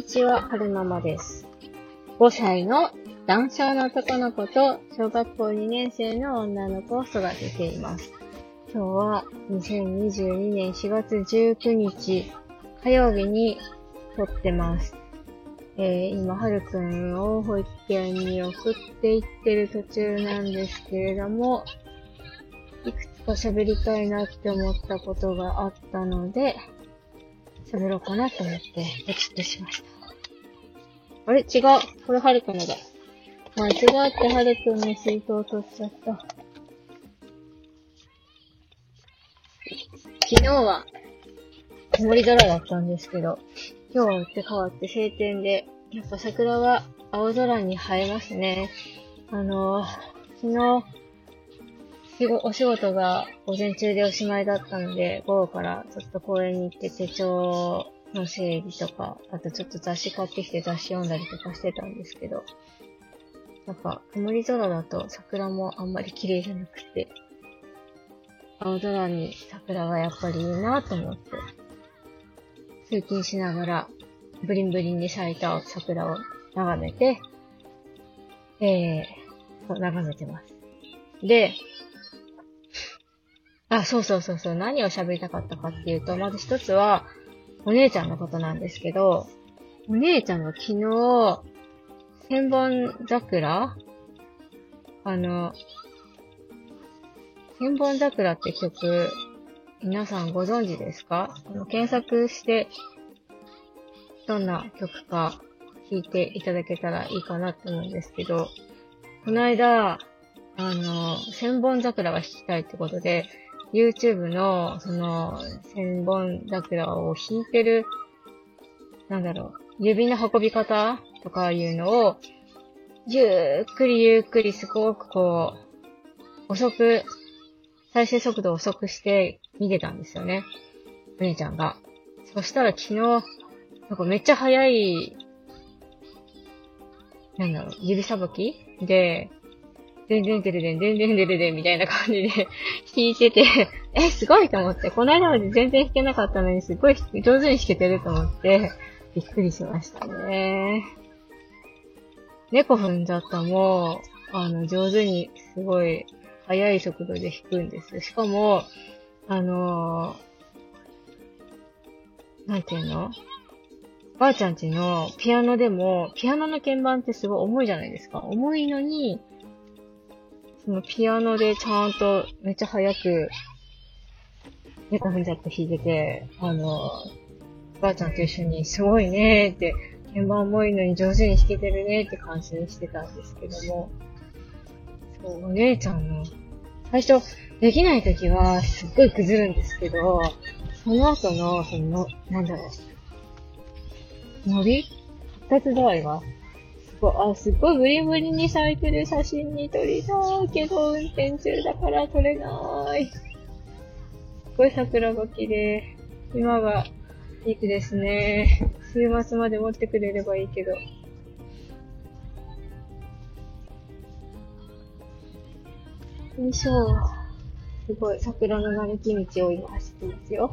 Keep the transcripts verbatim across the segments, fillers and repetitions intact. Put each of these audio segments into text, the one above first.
ちは、はるままです。ごさいの男性の男の子と小学校にねん生の女の子を育てています。今日はにせんにじゅうにねんしがつじゅうくにち火曜日に撮ってます。えー、今、はるくんを保育園に送っていってる途中なんですけれども、いくつか喋りたいなって思ったことがあったので、喋ろうかなと思ってポチッとしました。あれ違う。これはるくんのだ。間違ってはるくんの水筒を取っちゃった。昨日は曇り空だったんですけど、今日は打って変わって晴天で、やっぱ桜は青空に映えますね。あのー、昨日、お仕事が午前中でおしまいだったので、午後からちょっと公園に行って手帳の整理とか、あとちょっと雑誌買ってきて雑誌読んだりとかしてたんですけど、やっぱ曇り空だと桜もあんまり綺麗じゃなくて、青空に桜がやっぱりいいなと思って、通勤しながらブリンブリンに咲いた桜を眺めて、えー、眺めてます。で、あ、そうそうそうそう、何を喋りたかったかっていうと、まず一つは、お姉ちゃんのことなんですけど、お姉ちゃんが昨日、千本桜あの、千本桜って曲、皆さんご存知ですか？あの検索して、どんな曲か聴いていただけたらいいかなと思うんですけど、この間、あの、千本桜が弾きたいってことで、YouTube の、その、千本桜を弾いてる、なんだろう、指の運び方とかいうのを、ゆっくりゆっくりすごくこう、遅く、再生速度を遅くして見てたんですよね。お姉ちゃんが。そしたら昨日、なんかめっちゃ早い、なんだろう、指さばきで、でんでんでるでんでんでんでるでんみたいな感じで弾いてて、え、すごいと思って、この間まで全然弾けなかったのにすごい上手に弾けてると思って、びっくりしましたね。猫踏んじゃったも、あの、上手にすごい速い速度で弾くんですよ。しかも、あのー、なんていうの？ばあちゃんちのピアノでも、ピアノの鍵盤ってすごい重いじゃないですか。重いのに、そのピアノでちゃんとめっちゃ早く猫踏んじゃって弾いてて、あの、ばあちゃんと一緒にすごいねーって、鍵盤重いのに上手に弾けてるねーって感心してたんですけども、そう、お姉ちゃんの、最初できない時はすっごい崩るんですけど、その後の、その、なんだろう、伸び？発達度合いが、すごい、あ、すっごいブリブリに咲いてる写真に撮りたいけど、運転中だから撮れない。すっごい桜が綺麗。今がピークですね。週末まで持ってくれればいいけど。よいしょ。すごい、桜の並木道を今走ってますよ。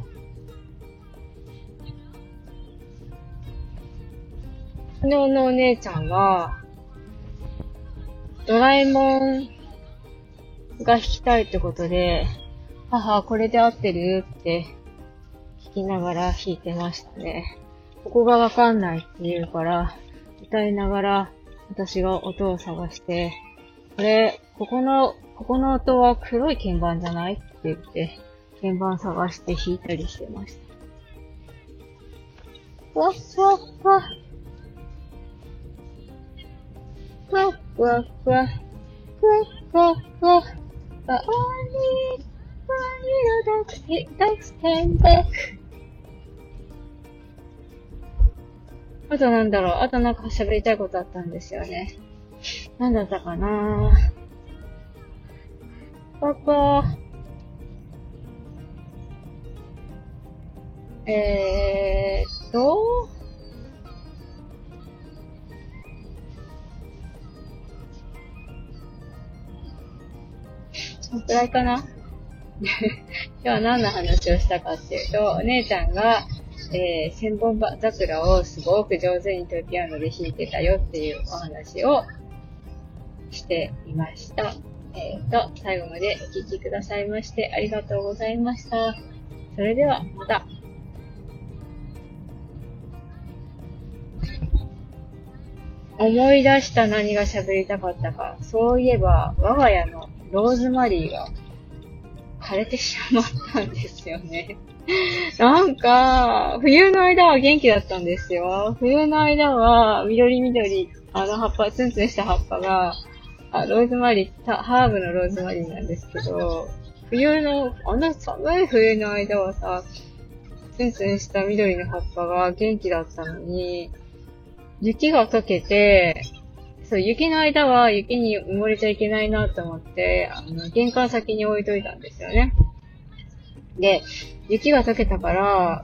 昨日のお姉ちゃんは、ドラえもんが弾きたいってことで、母、これで合ってるって聞きながら弾いてましたね。ここがわかんないって言うから、歌いながら私が音を探して、これ、ここの、ここの音は黒い鍵盤じゃないって言って、鍵盤探して弾いたりしてました。わっわっわ。わっわっわ。わっわっわ。But I need one little duck, it does stand back. あとなんだろう、あとなんか喋りたいことあったんですよね。なんだったかなぁ。パパ。えーっと、そのくらいかな今日は何の話をしたかっていうと、お姉ちゃんがえー、千本桜をすごく上手にピアノで弾いてたよっていうお話をしていました。えーと、最後までお聞きくださいましてありがとうございました。それではまた。思い出した何が喋りたかったか。そういえば、我が家のローズマリーが枯れてしまったんですよね。なんか、冬の間は元気だったんですよ。冬の間は、緑緑、あの葉っぱ、ツンツンした葉っぱが、あ、ローズマリー、ハーブのローズマリーなんですけど、冬の、あの寒い冬の間はさ、ツンツンした緑の葉っぱが元気だったのに、雪が溶けて、そう、雪の間は雪に埋もれちゃいけないなと思って、あの、玄関先に置いといたんですよね。で、雪が溶けたから、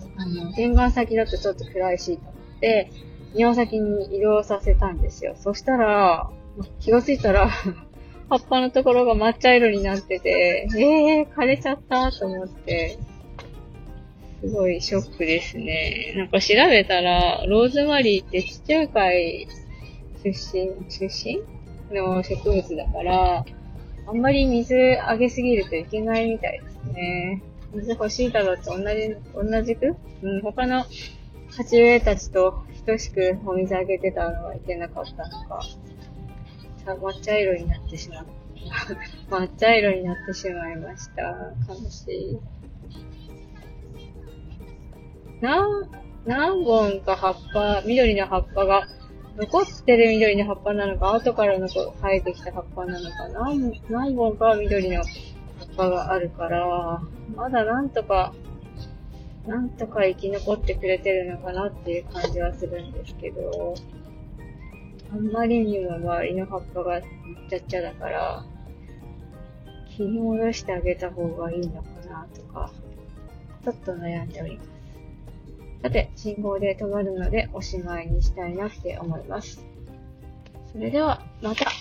あの、玄関先だとちょっと暗いしと思って、庭先に移動させたんですよ。そしたら、気がついたら、葉っぱのところが抹茶色になってて、えー、枯れちゃったと思って、すごいショックですね。なんか調べたら、ローズマリーって地中海出身、出身の植物だから、あんまり水あげすぎるといけないみたいですね。水欲しいだろうと同じ、同じく、うん、他の鉢植えたちと等しくお水あげてたのはいけなかったのか、抹茶色になってしまった。抹茶色になってしまいました。悲しい。何、何本か葉っぱ、緑の葉っぱが、残ってる緑の葉っぱなのか、後からの生えてきた葉っぱなのか、何、何本か緑の葉っぱがあるから、まだなんとか、なんとか生き残ってくれてるのかなっていう感じはするんですけど、あんまりにも周りの葉っぱがちゃっちゃだから、切り戻してあげた方がいいのかなとか、ちょっと悩んでおります。さて、信号で止まるのでおしまいにしたいなって思います。それでは、また。